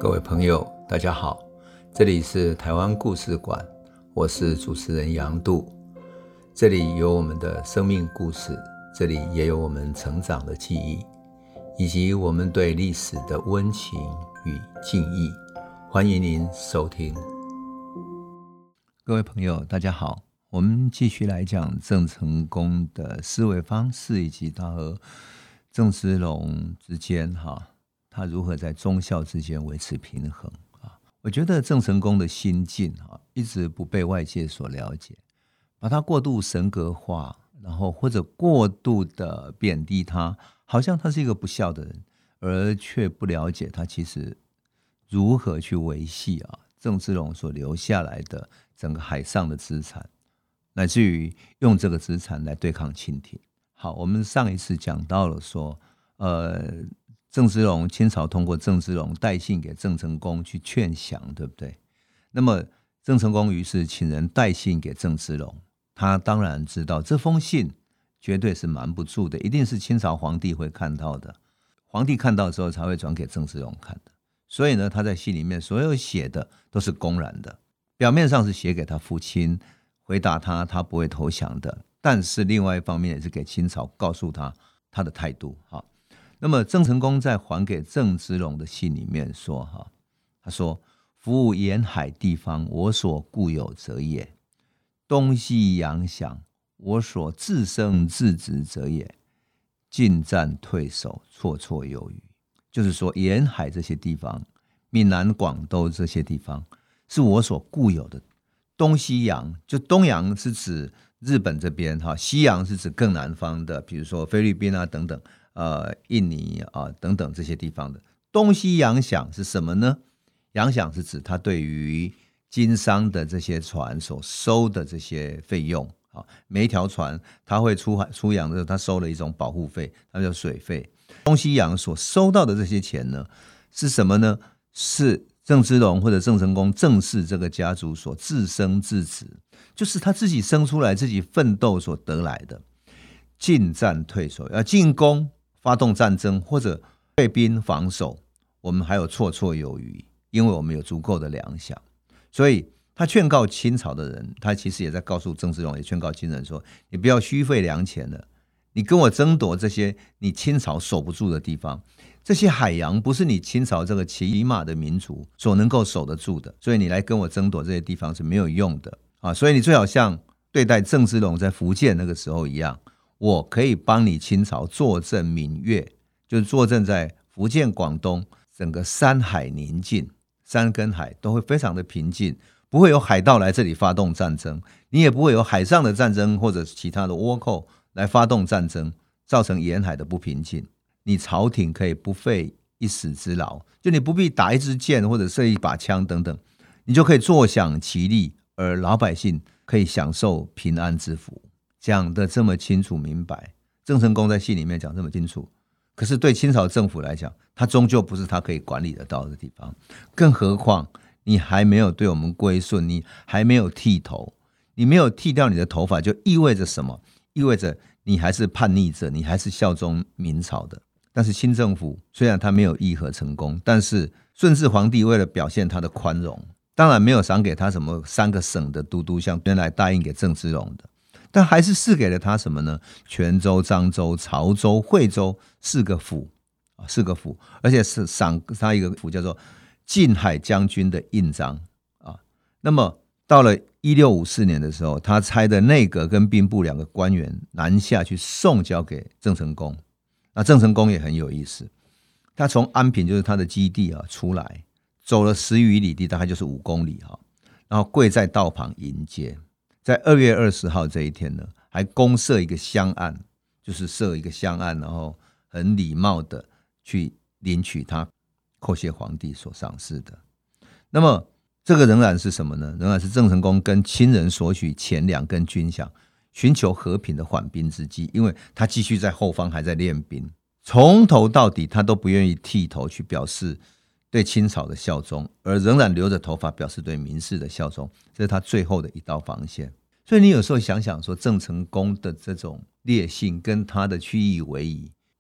各位朋友大家好，这里是台湾故事馆，我是主持人杨度。这里有我们的生命故事，这里也有我们成长的记忆，以及我们对历史的温情与敬意。欢迎您收听。各位朋友大家好，我们继续来讲郑成功的思维方式，以及他和郑芝龙之间他如何在忠孝之间维持平衡。我觉得郑成功的心境一直不被外界所了解，把他过度神格化，然后或者过度的贬低他，好像他是一个不孝的人，而却不了解他其实如何去维系郑芝龙所留下来的整个海上的资产，乃至于用这个资产来对抗清廷。好，我们上一次讲到了说郑芝龙，清朝通过郑芝龙带信给郑成功去劝降，对不对？那么郑成功于是请人带信给郑芝龙，他当然知道这封信绝对是瞒不住的，一定是清朝皇帝会看到的，皇帝看到之后才会转给郑芝龙看的。所以呢，他在信里面所有写的都是公然的，表面上是写给他父亲，回答他不会投降的，但是另外一方面也是给清朝告诉他的态度。那么郑成功在还给郑芝龙的信里面说，他说：服务沿海地方，我所固有者也；东西洋想，我所自生自植者也。进战退守，绰绰有余。就是说，沿海这些地方，闽南、广东这些地方，是我所固有的。东西洋，就东洋是指日本这边，西洋是指更南方的，比如说菲律宾等等。印尼等等这些地方的东西洋想是什么呢？洋想是指他对于经商的这些船所收的这些费用。每一条船他会出洋的时候，他收了一种保护费，它叫水费。东西洋所收到的这些钱呢，是什么呢？是郑芝龙或者郑成功郑氏这个家族所自生自植，就是他自己生出来，自己奋斗所得来的。进战退守，要进攻发动战争或者退兵防守，我们还有绰绰有余，因为我们有足够的粮饷。所以他劝告清朝的人，他其实也在告诉郑芝龙，也劝告清人说，你不要虚费粮钱了，你跟我争夺这些你清朝守不住的地方，这些海洋不是你清朝这个骑马的民族所能够守得住的，所以你来跟我争夺这些地方是没有用的。所以你最好像对待郑芝龙在福建那个时候一样，我可以帮你清朝坐镇闽粤，就是坐镇在福建、广东，整个山海宁静，山跟海都会非常的平静，不会有海盗来这里发动战争，你也不会有海上的战争或者其他的倭寇来发动战争，造成沿海的不平静。你朝廷可以不费一时之劳，就你不必打一支箭或者射一把枪等等，你就可以坐享其利，而老百姓可以享受平安之福。讲得这么清楚明白，郑成功在信里面讲这么清楚，可是对清朝政府来讲，他终究不是他可以管理得到的地方。更何况你还没有对我们归顺，你还没有剃头，你没有剃掉你的头发，就意味着什么？意味着你还是叛逆者，你还是效忠明朝的。但是清政府虽然他没有议和成功，但是顺治皇帝为了表现他的宽容，当然没有赏给他什么3个省的都督，像原来答应给郑芝龙的，但还是赐给了他什么呢？泉州、漳州、潮州、惠州4个府，4个府，而且是赏他一个府叫做靖海将军的印章。那么到了1654年的时候，他差的内阁跟兵部2个官员南下去送交给郑成功。那郑成功也很有意思，他从安平就是他的基地出来，走了10余里地，大概就是5公里，然后跪在道旁迎接。在2月20号这一天呢，还公设一个香案，就是设一个香案，然后很礼貌的去领取他叩谢皇帝所赏识的。那么这个仍然是什么呢？仍然是郑成功跟清人索取钱粮跟军饷，寻求和平的缓兵之计，因为他继续在后方还在练兵，从头到底他都不愿意剃头去表示对清朝的效忠，而仍然留着头发表示对明氏的效忠，这是他最后的一道防线。所以你有时候想想说，郑成功的这种烈性跟他的去意为夷，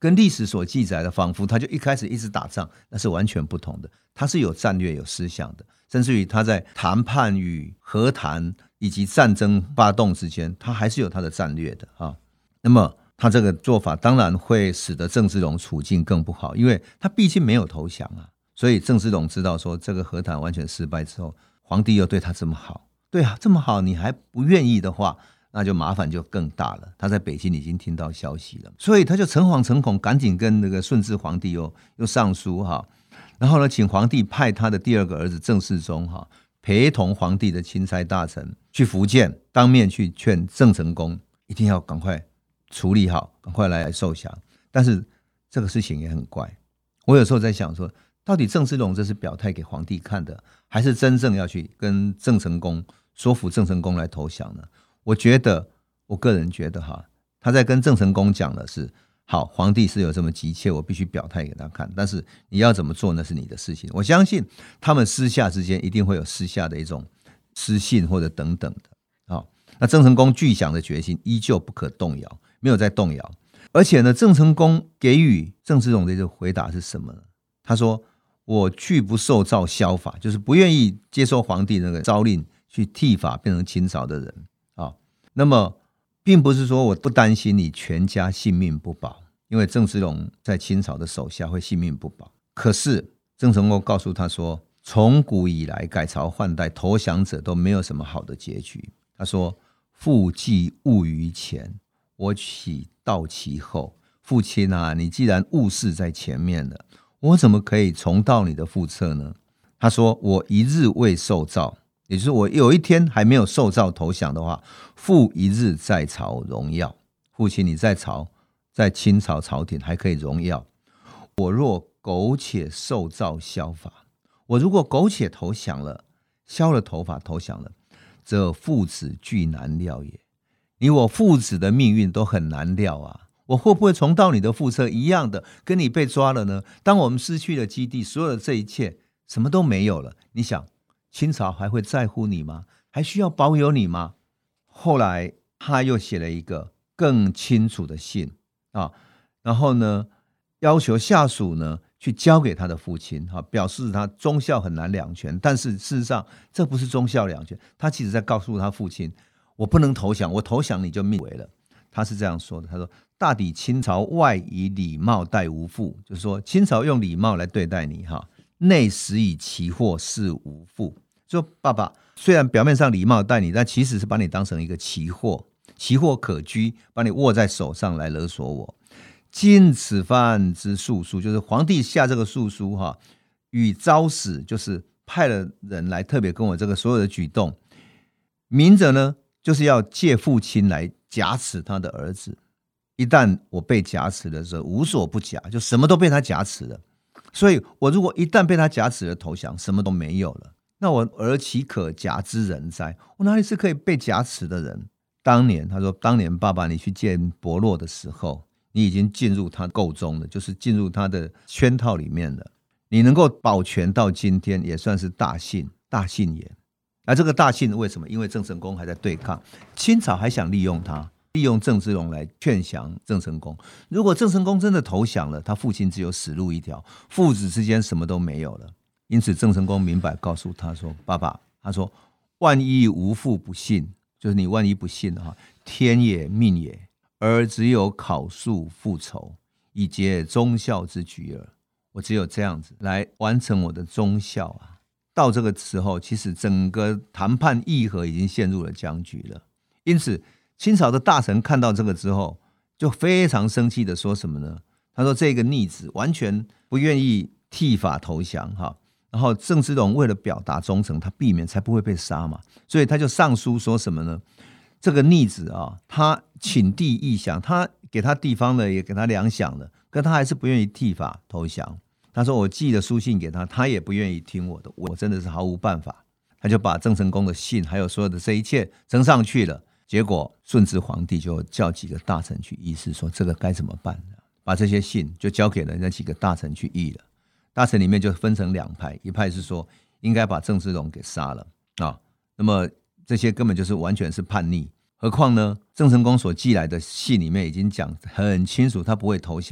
跟历史所记载的仿佛他就一开始一直打仗，那是完全不同的。他是有战略有思想的，甚至于他在谈判与和谈以及战争发动之间，他还是有他的战略的啊。那么他这个做法当然会使得郑芝龙处境更不好，因为他毕竟没有投降啊。所以郑芝龙知道说这个和谈完全失败之后，皇帝又对他这么好，对啊，这么好你还不愿意的话，那就麻烦就更大了。他在北京已经听到消息了，所以他就诚惶诚恐，赶紧跟那个顺治皇帝又上书哈，然后呢，请皇帝派他的第二个儿子郑世忠哈，陪同皇帝的钦差大臣去福建，当面去劝郑成功一定要赶快处理好，赶快来受降。但是这个事情也很怪，我有时候在想说，到底郑芝龙这是表态给皇帝看的，还是真正要去跟郑成功说服郑成功来投降呢？我个人觉得哈，他在跟郑成功讲的是，好，皇帝是有这么急切，我必须表态给他看，但是你要怎么做那是你的事情。我相信他们私下之间一定会有私下的一种私信或者等等的。那郑成功巨响的决心依旧不可动摇，没有再动摇。而且呢，郑成功给予郑芝龙的这个回答是什么呢？他说，我拒不受诏削法，就是不愿意接受皇帝那个诏令去剃发变成清朝的人啊。那么并不是说我不担心你全家性命不保，因为郑芝龙在清朝的手下会性命不保。可是郑成功告诉他说，从古以来改朝换代，投降者都没有什么好的结局。他说，父既误于前，我岂到其后。父亲啊，你既然误事在前面了，我怎么可以重蹈你的覆辙呢？他说，我一日未受诏，也就是我有一天还没有受诏投降的话，父一日在朝荣耀。父亲你在清朝朝廷还可以荣耀，我若苟且受诏削发，我如果苟且投降了，削了头发投降了，则父子俱难料也。你我父子的命运都很难料啊，我会不会重蹈你的覆辙一样的跟你被抓了呢？当我们失去了基地，所有的这一切什么都没有了，你想清朝还会在乎你吗？还需要保有你吗？后来他又写了一个更清楚的信啊，然后呢，要求下属呢去交给他的父亲，表示他忠孝很难两全。但是事实上这不是忠孝两全，他其实在告诉他父亲，我不能投降，我投降你就命危了。他是这样说的，他说，大抵清朝外以礼貌待无父，就是说清朝用礼貌来对待你，内实以奇货是无父。说爸爸虽然表面上礼貌待你，但其实是把你当成一个奇货，奇货可居，把你握在手上来勒索我。今此番之诉书，就是皇帝下这个诉书与诏使，就是派了人来特别跟我这个所有的举动，明着呢就是要借父亲来挟持他的儿子。一旦我被挟持的时候，无所不夹，就什么都被他挟持了。所以我如果一旦被他挟持了投降，什么都没有了，那我儿岂可夹之人哉？我哪里是可以被挟持的人？当年他说，当年爸爸你去见伯洛的时候，你已经进入他构中了，就是进入他的圈套里面了。你能够保全到今天，也算是大幸也。而这个大幸为什么？因为郑成功还在对抗，清朝还想利用他，利用郑芝龙来劝降郑成功。如果郑成功真的投降了，他父亲只有死路一条，父子之间什么都没有了。因此郑成功明白告诉他说，爸爸，他说，万一无父不信，就是你万一不信天也命也，而只有考述复仇，以结忠孝之局耳。我只有这样子来完成我的忠孝啊。到这个时候，其实整个谈判议和已经陷入了僵局了。因此清朝的大臣看到这个之后，就非常生气的说什么呢？他说，这个逆子完全不愿意剃发投降然后郑芝龙为了表达忠诚，他避免才不会被杀嘛，所以他就上书说什么呢？这个逆子他请地议降，他给他地方了，也给他粮饷了，可他还是不愿意剃发投降。他说，我寄了书信给他，他也不愿意听我的，我真的是毫无办法。他就把郑成功的信还有所有的这一切呈上去了。结果顺治皇帝就叫几个大臣去议事，说这个该怎么办，把这些信就交给了那几个大臣去议了。大臣里面就分成两派，一派是说应该把郑芝龙给杀了那么这些根本就是完全是叛逆。何况呢，郑成功所寄来的信里面已经讲很清楚，他不会投降了。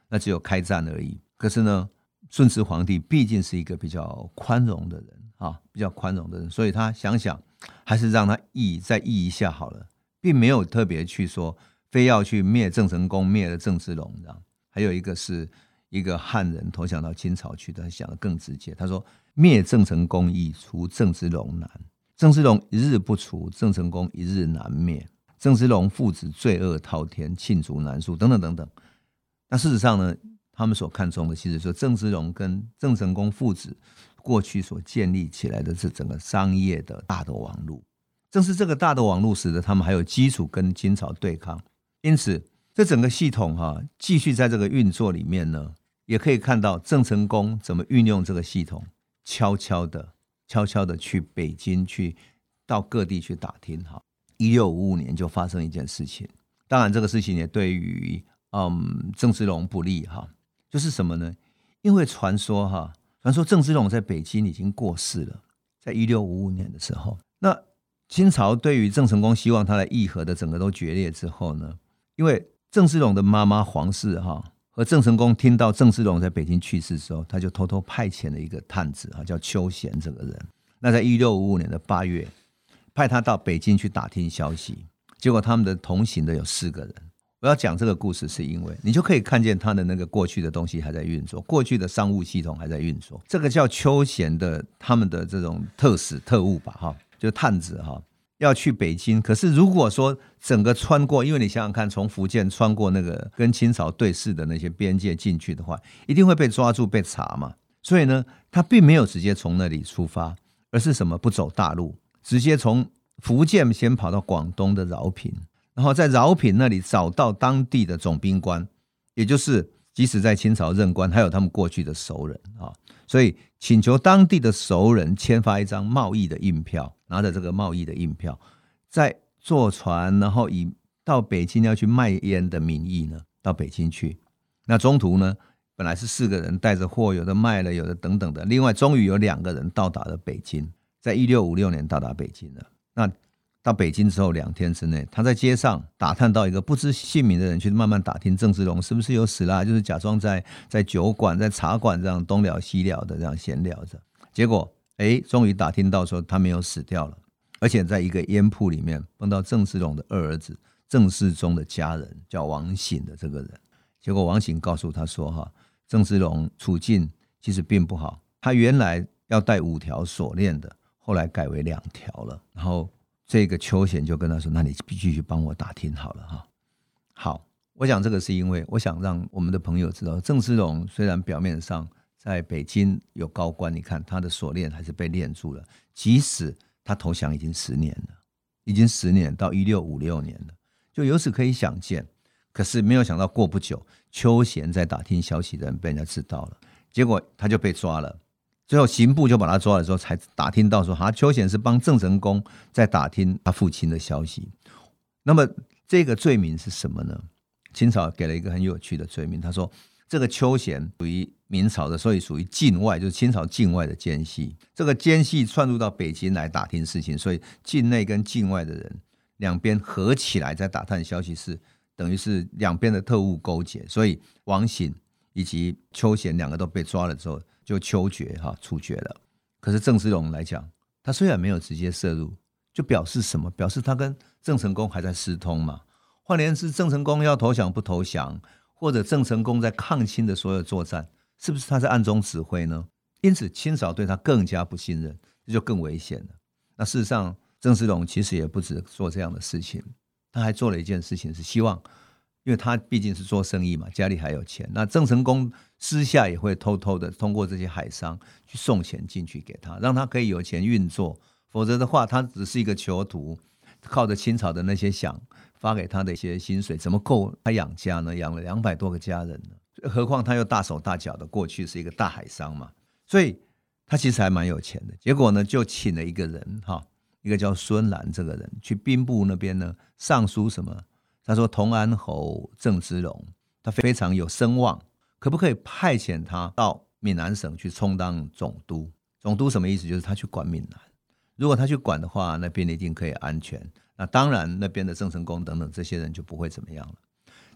那只有开战而已。可是呢，顺治皇帝毕竟是一个比较宽容的人啊，比较宽容的人，所以他想想还是让他再议一下好了，并没有特别去说非要去灭郑成功，灭了郑芝龙这样。还有一个是一个汉人投降到清朝去的，他想的更直接，他说灭郑成功易，除郑芝龙难。郑芝龙一日不除，郑成功一日难灭。郑芝龙父子罪恶滔天，罄竹难书，等等等等。那事实上呢，他们所看重的其实说郑芝龙跟郑成功父子过去所建立起来的这整个商业的大的网络，正是这个大的网络使得他们还有基础跟清朝对抗。因此这整个系统继续在这个运作里面呢，也可以看到郑成功怎么运用这个系统，悄悄的去北京，去到各地去打听。1655年就发生一件事情，当然这个事情也对于郑芝龙不利就是什么呢？因为传说郑芝龙在北京已经过世了，在1655年的时候，那清朝对于郑成功希望他来议和的整个都决裂之后呢，因为郑芝龙的妈妈黄氏和郑成功听到郑芝龙在北京去世之后，他就偷偷派遣了一个探子叫邱贤这个人。那在1655年的8月，派他到北京去打听消息，结果他们的同行的有4个人。我要讲这个故事是因为你就可以看见他的那个过去的东西还在运作，过去的商务系统还在运作。这个叫邱贤的他们的这种特务吧就是探子要去北京。可是如果说整个穿过，因为你想想看，从福建穿过那个跟清朝对峙的那些边界进去的话，一定会被抓住被查嘛。所以呢，他并没有直接从那里出发，而是什么？不走大陆，直接从福建先跑到广东的饶平，然后在饶平那里找到当地的总兵官，也就是即使在清朝任官还有他们过去的熟人所以请求当地的熟人签发一张贸易的印票，拿着这个贸易的印票再坐船，然后以到北京要去卖烟的名义呢到北京去。那中途呢本来是4个人带着货，有的卖了，有的等等的，另外终于有2个人到达了北京，在1656年到达北京了。那到北京之后2天之内，他在街上打探到一个不知姓名的人，去慢慢打听郑芝龙是不是有死啦，就是假装在酒馆在茶馆这样东聊西聊的这样闲聊着，结果终于打听到说他没有死掉了，而且在一个烟铺里面碰到郑芝龙的2儿子郑世忠的家人叫王醒的这个人。结果王醒告诉他说郑芝龙处境其实并不好，他原来要戴5条锁链的，后来改为2条了。然后这个邱贤就跟他说，那你必须去帮我打听好了好，我讲这个是因为我想让我们的朋友知道，郑芝龙虽然表面上在北京有高官，你看他的锁链还是被链住了，即使他投降已经10年了，已经10年到1656年了，就由此可以想见。可是没有想到过不久，邱贤在打听消息的人被人家知道了，结果他就被抓了。最后刑部就把他抓了之后，才打听到说邱贤是帮郑成功在打听他父亲的消息。那么这个罪名是什么呢？清朝给了一个很有趣的罪名，他说这个邱贤属于明朝的，所以属于境外，就是清朝境外的奸细。这个奸细窜入到北京来打听事情，所以境内跟境外的人两边合起来在打探消息，是等于是两边的特务勾结。所以王醒以及邱贤2个都被抓了之后就处决了。可是郑芝龙来讲，他虽然没有直接涉入，就表示什么？表示他跟郑成功还在私通嘛。换言之，郑成功要投降不投降，或者郑成功在抗清的所有作战，是不是他在暗中指挥呢？因此清朝对他更加不信任，这就更危险了。那事实上郑芝龙其实也不止做这样的事情，他还做了一件事情，是希望，因为他毕竟是做生意嘛，家里还有钱，那郑成功私下也会偷偷的通过这些海商去送钱进去给他，让他可以有钱运作，否则的话他只是一个囚徒，靠着清朝的那些饷发给他的一些薪水，怎么够他养家呢？养了200多个家人呢，何况他又大手大脚的，过去是一个大海商嘛，所以他其实还蛮有钱的。结果呢，就请了一个人一个叫孙兰这个人去兵部那边呢上书什么，他说同安侯郑芝龙他非常有声望，可不可以派遣他到闽南省去充当总督？总督什么意思？就是他去管闽南，如果他去管的话，那边一定可以安全，那当然那边的郑成功等等这些人就不会怎么样了。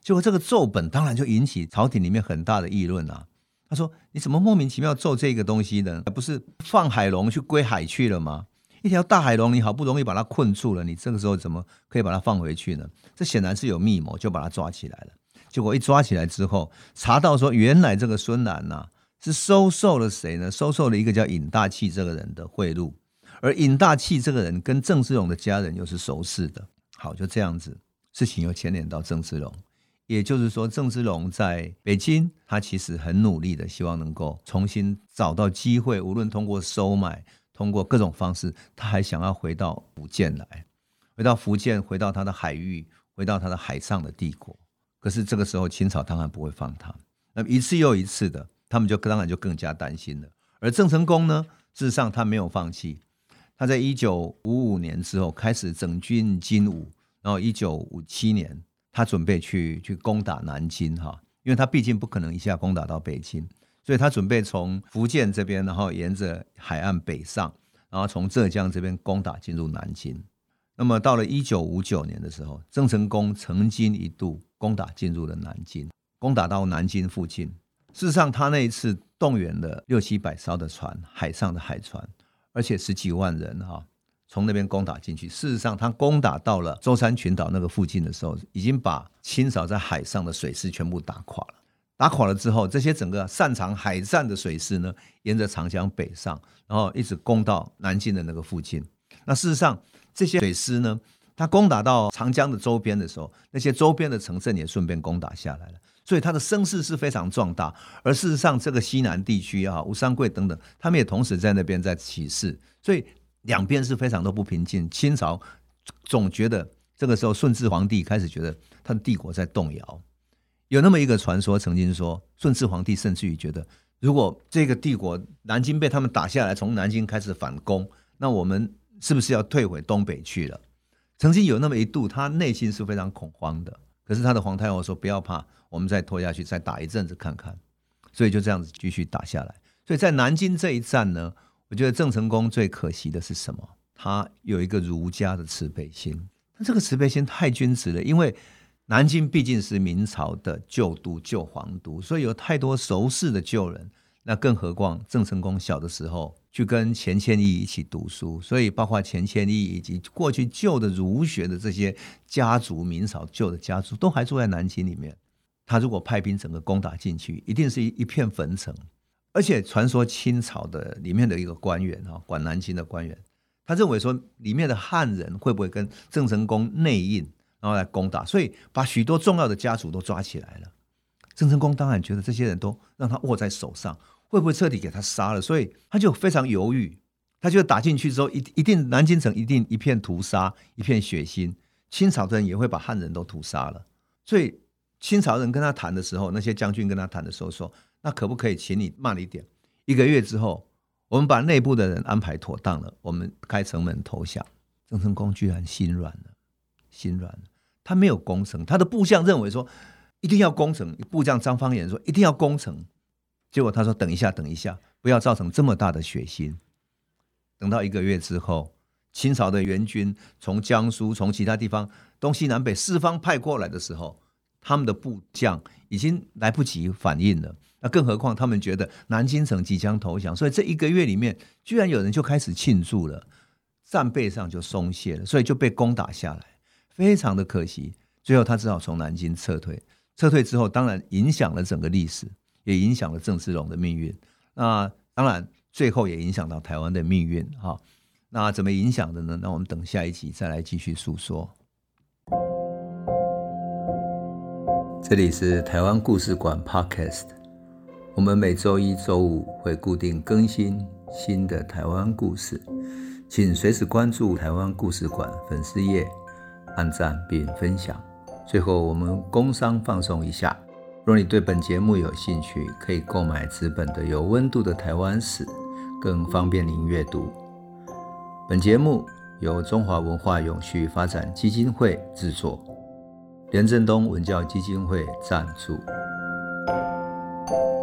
结果这个奏本当然就引起朝廷里面很大的议论啊。他说你怎么莫名其妙奏这个东西呢？不是放海龙去归海去了吗？一条大海龙你好不容易把它困住了，你这个时候怎么可以把它放回去呢？这显然是有密谋，就把它抓起来了。结果一抓起来之后，查到说原来这个孙兰啊是收受了谁呢？收受了一个叫尹大器这个人的贿赂，而尹大器这个人跟郑芝龙的家人又是熟识的。好，就这样子，事情又牵连到郑芝龙。也就是说，郑芝龙在北京，他其实很努力的，希望能够重新找到机会，无论通过收买，通过各种方式，他还想要回到福建来，回到福建，回到他的海域，回到他的海上的帝国。可是这个时候，清朝当然不会放他。那么一次又一次的，他们当然就更加担心了。而郑成功呢，事实上他没有放弃，他在1955年之后开始整军精武，然后1957年。他准备去攻打南京哈，因为他毕竟不可能一下攻打到北京，所以他准备从福建这边，然后沿着海岸北上，然后从浙江这边攻打进入南京。那么到了1959年的时候，郑成功曾经一度攻打进入了南京，攻打到南京附近。事实上，他那一次动员了600-700艘的船，海上的海船，而且10几万人哈。从那边攻打进去，事实上他攻打到了舟山群岛那个附近的时候，已经把清朝在海上的水师全部打垮了。打垮了之后，这些整个擅长海战的水师呢，沿着长江北上，然后一直攻到南京的那个附近。那事实上这些水师呢，他攻打到长江的周边的时候，那些周边的城镇也顺便攻打下来了，所以他的声势是非常壮大。而事实上这个西南地区啊，吴三桂等等，他们也同时在那边在起事，所以两边是非常的不平静。清朝总觉得这个时候顺治皇帝开始觉得他的帝国在动摇。有那么一个传说曾经说，顺治皇帝甚至于觉得，如果这个帝国南京被他们打下来，从南京开始反攻，那我们是不是要退回东北去了？曾经有那么一度，他内心是非常恐慌的。可是他的皇太后说不要怕，我们再拖下去，再打一阵子看看。所以就这样子继续打下来。所以在南京这一战呢，我觉得郑成功最可惜的是什么？他有一个儒家的慈悲心，但这个慈悲心太君子了，因为南京毕竟是明朝的旧都、旧皇都，所以有太多熟识的旧人。那更何况郑成功小的时候去跟钱谦益一起读书，所以包括钱谦益以及过去旧的儒学的这些家族，明朝旧的家族都还住在南京里面。他如果派兵整个攻打进去，一定是一片焚城。而且传说清朝的里面的一个官员，管南京的官员，他认为说里面的汉人会不会跟郑成功内应，然后来攻打，所以把许多重要的家族都抓起来了。郑成功当然觉得这些人都让他握在手上，会不会彻底给他杀了，所以他就非常犹豫。他觉得打进去之后一定南京城一定一片屠杀，一片血腥，清朝的人也会把汉人都屠杀了。所以清朝人跟他谈的时候，那些将军跟他谈的时候说，那可不可以请你慢一点，1个月之后我们把内部的人安排妥当了，我们开城门投降。郑成功居然心软了，他没有攻城，他的部将认为说一定要攻城，部将张方言说一定要攻城，结果他说等一下，不要造成这么大的血腥。等到1个月之后，清朝的援军从江苏从其他地方东西南北四方派过来的时候，他们的部将已经来不及反应了。那更何况他们觉得南京城即将投降，所以这1个月里面居然有人就开始庆祝了，战备上就松懈了，所以就被攻打下来，非常的可惜。最后他只好从南京撤退之后当然影响了整个历史，也影响了郑芝龙的命运。那当然最后也影响到台湾的命运。那怎么影响的呢？那我们等下一集再来继续诉说。 这里是台湾故事馆 Podcast， 我们每周1、周5会固定更新新的台湾故事，请随时关注台湾故事馆粉丝页，按赞并分享。最后我们工商放送一下，若你对本节目有兴趣，可以购买纸本的有温度的台湾史，更方便您阅读。本节目由中华文化永续发展基金会制作，连震东文教基金会赞助。